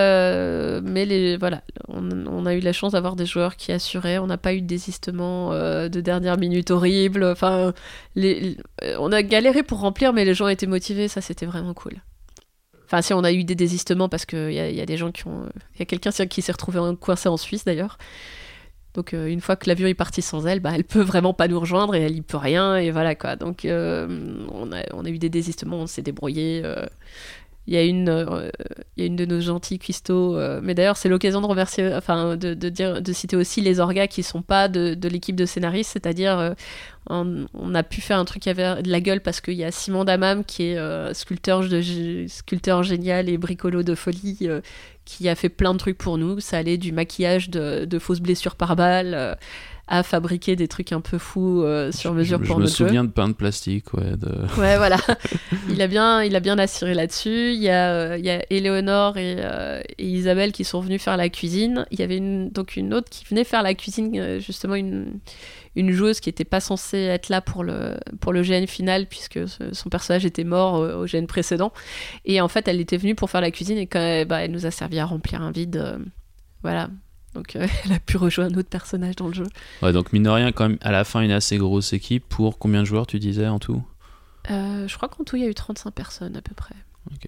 Euh, mais les, voilà, on, on a eu la chance d'avoir des joueurs qui assuraient. On n'a pas eu de désistement euh, de dernière minute horrible. Enfin, les, on a galéré pour remplir, mais les gens étaient motivés. Ça, c'était vraiment cool. Enfin, si, on a eu des désistements parce qu'il y, y a des gens qui ont... Il y a quelqu'un qui s'est retrouvé coincé en Suisse, d'ailleurs. Donc euh, une fois que l'avion est parti sans elle, bah, elle peut vraiment pas nous rejoindre et elle y peut rien et voilà quoi. Donc euh, on, a, on a eu des désistements, on s'est débrouillé. Euh, Il y a une, euh, il y a une de nos gentilles cuistots, euh, mais d'ailleurs c'est l'occasion de remercier, enfin de, de dire, de citer aussi les orgas qui sont pas de, de l'équipe de scénaristes, c'est-à-dire euh, on, on a pu faire un truc qui avait de la gueule parce qu'il y a Simon Damam qui est euh, sculpteur, de, sculpteur génial et bricolo de folie, euh, qui a fait plein de trucs pour nous. Ça allait du maquillage de, de fausses blessures par balle. Euh, à fabriquer des trucs un peu fous euh, sur mesure je, pour notre notre jeu. Je me souviens de pain de plastique, ouais. De... Ouais, voilà. il, a bien, il a bien assuré là-dessus. Il y a, euh, il y a Éléonore et, euh, et Isabelle qui sont venues faire la cuisine. Il y avait une, donc une autre qui venait faire la cuisine, euh, justement une, une joueuse qui n'était pas censée être là pour le, pour le G N final, puisque son personnage était mort au, au G N précédent. Et en fait, elle était venue pour faire la cuisine et quand elle, bah, elle nous a servi à remplir un vide. Euh, voilà. Donc euh, elle a pu rejoindre un autre personnage dans le jeu. Ouais, donc mine de rien, quand même, à la fin, une assez grosse équipe. Pour combien de joueurs, tu disais, en tout ? euh, Je crois qu'en tout, il y a eu trente-cinq personnes, à peu près. Ok.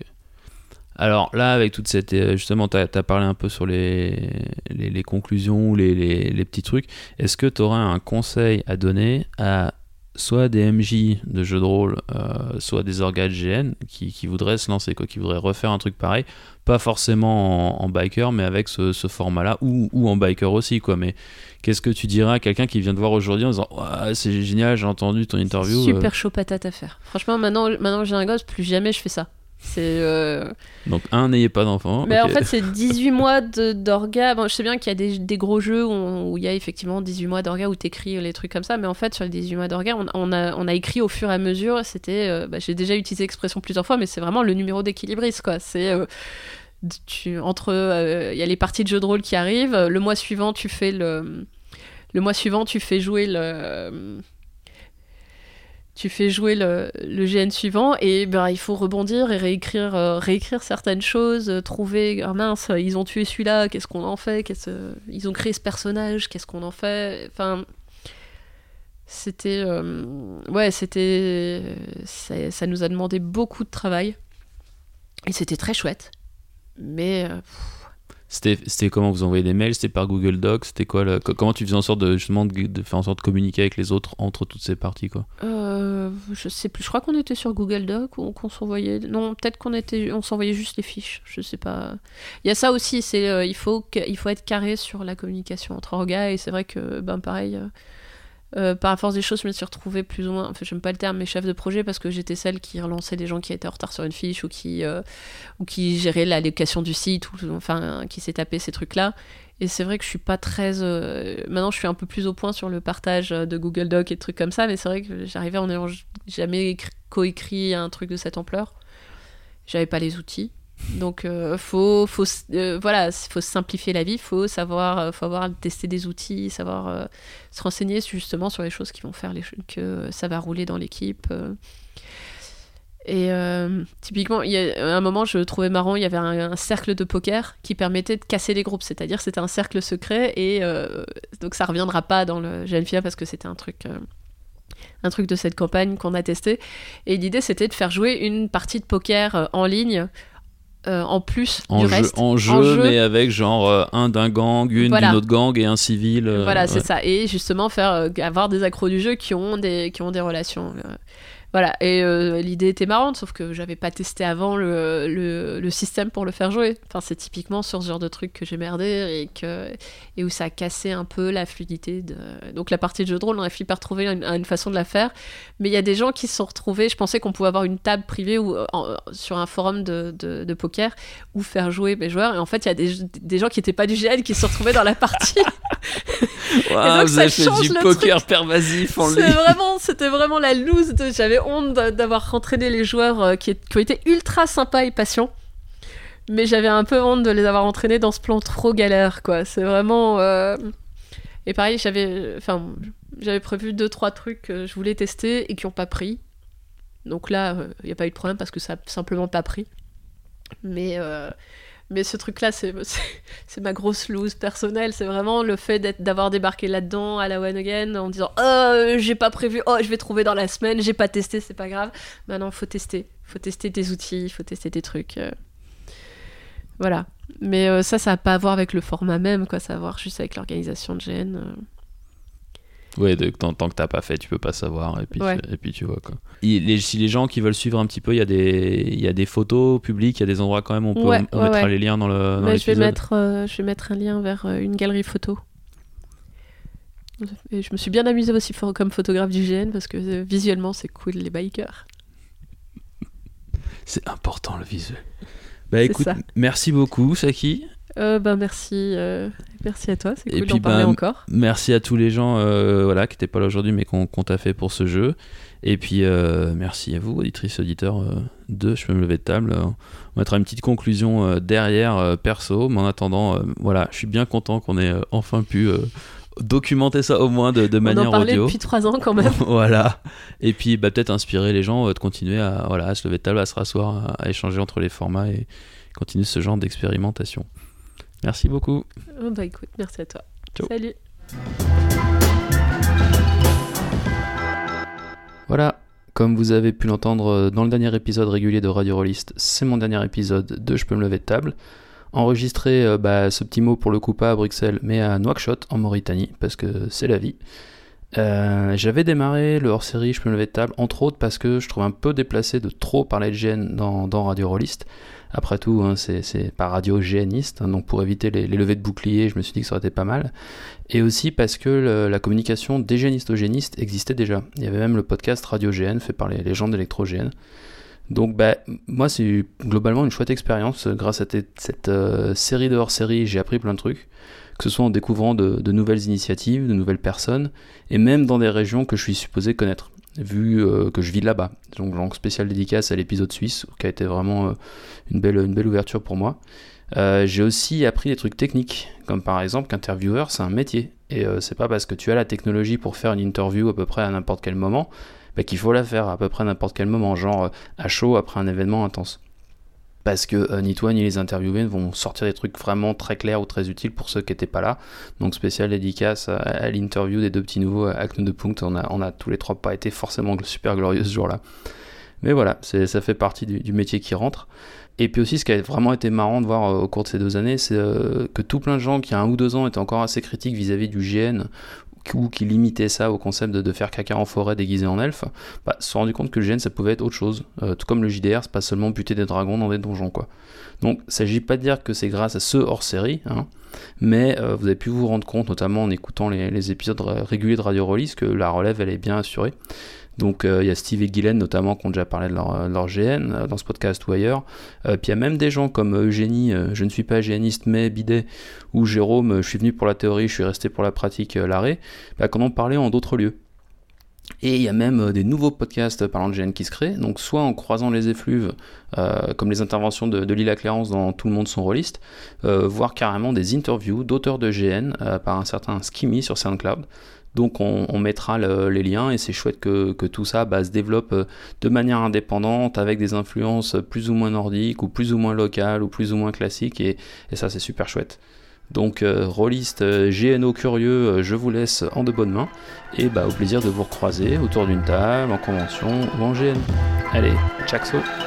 Alors là, avec toute cette... Justement, tu as parlé un peu sur les, les, les conclusions ou les, les, les petits trucs. Est-ce que tu aurais un conseil à donner à soit des M J de jeux de rôle, euh, soit des orgas de G N qui, qui voudraient se lancer, quoi, qui voudraient refaire un truc pareil, pas forcément en, en biker, mais avec ce, ce format-là, ou, ou en biker aussi, quoi. Mais qu'est-ce que tu dirais à quelqu'un qui vient te voir aujourd'hui en disant ouais, c'est génial, j'ai entendu ton interview. Super euh... chaud patate à faire. Franchement, maintenant, maintenant que j'ai un gosse, plus jamais je fais ça. C'est euh... Donc, un, n'ayez pas d'enfant. Mais okay. en fait, c'est dix-huit mois de, d'orga. Bon, je sais bien qu'il y a des, des gros jeux où il y a effectivement dix-huit mois d'orga où t'écris les trucs comme ça, mais en fait, sur les dix-huit mois d'orga, on, on, a, on a écrit au fur et à mesure. C'était, euh, bah, j'ai déjà utilisé l'expression plusieurs fois, mais c'est vraiment le numéro d'équilibriste, quoi. C'est euh, tu, entre, il euh, y a les parties de jeux de rôle qui arrivent. Le mois suivant, tu fais le, le mois suivant, tu fais jouer le. Tu fais jouer le, le G N suivant et ben, il faut rebondir et réécrire, euh, réécrire certaines choses, euh, trouver, ah mince, ils ont tué celui-là, qu'est-ce qu'on en fait, qu'est-ce, euh, ils ont créé ce personnage, qu'est-ce qu'on en fait, enfin, c'était, euh, ouais, c'était, ça, ça nous a demandé beaucoup de travail et c'était très chouette, mais... Euh, C'était, c'était comment vous envoyez des mails? C'était par Google Docs? C'était quoi le, comment tu faisais en sorte de justement de, de faire en sorte de communiquer avec les autres entre toutes ces parties quoi? Euh, je sais plus. Je crois qu'on était sur Google Doc ou qu'on s'envoyait. Non, peut-être qu'on était. On s'envoyait juste les fiches. Je sais pas. Il y a ça aussi. C'est euh, il faut que, il faut être carré sur la communication entre orgas et c'est vrai que ben pareil. Euh, Euh, par la force des choses, je me suis retrouvée plus ou moins, enfin j'aime pas le terme, mais chef de projet parce que j'étais celle qui relançait les gens qui étaient en retard sur une fiche ou qui, euh, ou qui gérait l'allocation du site, ou enfin qui s'est tapé ces trucs-là. Et c'est vrai que je suis pas très. Euh... Maintenant, je suis un peu plus au point sur le partage de Google Doc et de trucs comme ça, mais c'est vrai que j'arrivais en ayant jamais écrit, coécrit un truc de cette ampleur. J'avais pas les outils. Donc euh, faut faut euh, voilà faut simplifier la vie, faut savoir euh, faut avoir tester des outils, savoir euh, se renseigner justement sur les choses qui vont faire les que euh, ça va rouler dans l'équipe euh. Et euh, typiquement il y a un moment je trouvais marrant, il y avait un, un cercle de poker qui permettait de casser les groupes, c'est-à-dire c'était un cercle secret et euh, donc ça reviendra pas dans le G N F I A parce que c'était un truc euh, un truc de cette campagne qu'on a testé et l'idée c'était de faire jouer une partie de poker euh, en ligne. Euh, en plus en du jeu, reste. En jeu, en jeu, mais avec genre euh, un d'un gang, une voilà. d'une autre gang et un civil. Euh, voilà, ouais. c'est ça. Et justement, faire euh, avoir des accros du jeu qui ont des, qui ont des relations. Euh, voilà. Et euh, l'idée était marrante, sauf que j'avais pas testé avant le, le, le système pour le faire jouer. Enfin, c'est typiquement sur ce genre de truc que j'ai merdé et, que, et où ça a cassé un peu la fluidité. De... Donc, la partie de jeu de rôle, on a fini par trouver une, une façon de la faire. Mais il y a des gens qui se sont retrouvés. Je pensais qu'on pouvait avoir une table privée ou, en, sur un forum de, de, de poker où faire jouer mes joueurs. Et en fait, il y a des, des gens qui n'étaient pas du G N qui se sont retrouvés dans la partie. Wow, vous avez fait du poker truc. Pervasif en c'est ligne. Vraiment, c'était vraiment la loose. De... J'avais honte d'avoir entraîné les joueurs euh, qui, qui ont été ultra sympas et patients. Mais j'avais un peu honte de les avoir entraînés dans ce plan trop galère, quoi. C'est vraiment... Euh... Et pareil, j'avais... Enfin, j'avais prévu deux, trois trucs que je voulais tester et qui n'ont pas pris. Donc là, il euh, n'y a pas eu de problème parce que ça n'a simplement pas pris. Mais... Euh... Mais ce truc-là, c'est, c'est, c'est ma grosse loose personnelle. C'est vraiment le fait d'être, d'avoir débarqué là-dedans à la One Again en disant « Oh, j'ai pas prévu. Oh, je vais trouver dans la semaine. J'ai pas testé, c'est pas grave. » Maintenant, faut tester. Faut tester des outils, faut tester des trucs. Euh... Voilà. Mais euh, ça, ça n'a pas à voir avec le format même, quoi. Ça a à voir juste avec l'organisation de G N. Euh... Ouais, de, tant, tant que t'as pas fait, tu peux pas savoir, et puis, ouais. tu, et puis tu vois quoi. Il, les, si les gens qui veulent suivre un petit peu, il y a des, il y a des photos publiques, il y a des endroits quand même, on, peut, ouais, on, on ouais, mettra ouais. les liens dans, le, dans Mais l'épisode. Je vais, mettre, euh, je vais mettre un lien vers euh, une galerie photo. Et je me suis bien amusée aussi for- comme photographe du G N parce que euh, visuellement c'est cool les bikers. C'est important le visuel. Bah écoute, merci beaucoup Saki. Euh, bah merci, euh, merci à toi, c'est cool et puis, d'en parler bah, encore. Merci à tous les gens euh, voilà, qui n'étaient pas là aujourd'hui mais qu'on, qu'on t'a fait pour ce jeu. Et puis euh, merci à vous, auditrices, auditeurs euh, de Je peux me lever de table. Euh, on mettra une petite conclusion euh, derrière euh, perso, mais en attendant, euh, voilà, je suis bien content qu'on ait euh, enfin pu euh, documenter ça au moins de, de manière audio. On en parlait audio. depuis trois ans quand même. Voilà. Et puis bah, peut-être inspirer les gens euh, de continuer à, voilà, à se lever de table, à se rasseoir, à, à échanger entre les formats et continuer ce genre d'expérimentation. Merci beaucoup. Oh bah écoute, merci à toi. Ciao. Salut. Voilà, comme vous avez pu l'entendre dans le dernier épisode régulier de Radio Rollist, c'est mon dernier épisode de Je peux me lever de table. Enregistré, euh, bah, ce petit mot pour le coup pas à Bruxelles, mais à Nouakchott en Mauritanie, parce que c'est la vie. Euh, j'avais démarré le hors-série Je peux me lever de table, entre autres parce que je trouve un peu déplacé de trop parler de G N dans, dans Radio Rollist. Après tout, hein, c'est, c'est pas radio géniste, hein, donc pour éviter les, les levées de boucliers, je me suis dit que ça aurait été pas mal. Et aussi parce que le, la communication des génistes aux génistes existait déjà. Il y avait même le podcast Radio G N fait par les, les gens d'Electro-G N. Donc bah, moi c'est eu globalement une chouette expérience. Grâce à t- cette euh, série de hors-série, j'ai appris plein de trucs, que ce soit en découvrant de, de nouvelles initiatives, de nouvelles personnes, et même dans des régions que je suis supposé connaître, vu euh, que je vis là-bas. Donc, donc spécial dédicace à l'épisode suisse, qui a été vraiment euh, une, belle, une belle ouverture pour moi. Euh, j'ai aussi appris des trucs techniques, comme par exemple qu'intervieweur c'est un métier, et euh, c'est pas parce que tu as la technologie pour faire une interview à peu près à n'importe quel moment, bah, qu'il faut la faire à peu près à n'importe quel moment, genre euh, à chaud après un événement intense. Parce que euh, ni toi ni les interviewés vont sortir des trucs vraiment très clairs ou très utiles pour ceux qui n'étaient pas là. Donc spécial dédicace à, à l'interview des deux petits nouveaux à Knut de Punkt. On a, on a tous les trois pas été forcément super glorieux ce jour-là. Mais voilà, c'est, ça fait partie du, du métier qui rentre. Et puis aussi, ce qui a vraiment été marrant de voir euh, au cours de ces deux années, c'est euh, que tout plein de gens qui, il y a un ou deux ans, étaient encore assez critiques vis-à-vis du G N, ou qui limitaient ça au concept de, de faire caca en forêt déguisé en elfe, bah, se sont rendu compte que le G N, ça pouvait être autre chose. Euh, tout comme le J D R, c'est pas seulement buter des dragons dans des donjons, quoi. Donc, il s'agit pas de dire que c'est grâce à ce hors-série, hein, mais euh, vous avez pu vous rendre compte, notamment en écoutant les, les épisodes réguliers de Radio Release, que la relève, elle est bien assurée. Donc il euh, y a Steve et Guylaine notamment qui ont déjà parlé de leur, de leur G N euh, dans ce podcast ou ailleurs. Euh, puis il y a même des gens comme Eugénie, euh, je ne suis pas géaniste mais bidet, ou Jérôme, euh, je suis venu pour la théorie, je suis resté pour la pratique, euh, l'arrêt, bah, qui en ont parlé en d'autres lieux. Et il y a même euh, des nouveaux podcasts parlant de G N qui se créent, donc soit en croisant les effluves, euh, comme les interventions de, de Lila Clérance dans Tout le monde son rôliste, euh, voire carrément des interviews d'auteurs de G N euh, par un certain Skimmy sur SoundCloud. Donc on, on mettra le, les liens et c'est chouette que, que tout ça bah, se développe de manière indépendante avec des influences plus ou moins nordiques ou plus ou moins locales ou plus ou moins classiques et, et ça c'est super chouette. Donc euh, rôliste euh, G N O curieux, euh, je vous laisse en de bonnes mains et bah, au plaisir de vous recroiser autour d'une table, en convention ou en G N. Allez, tchaxo!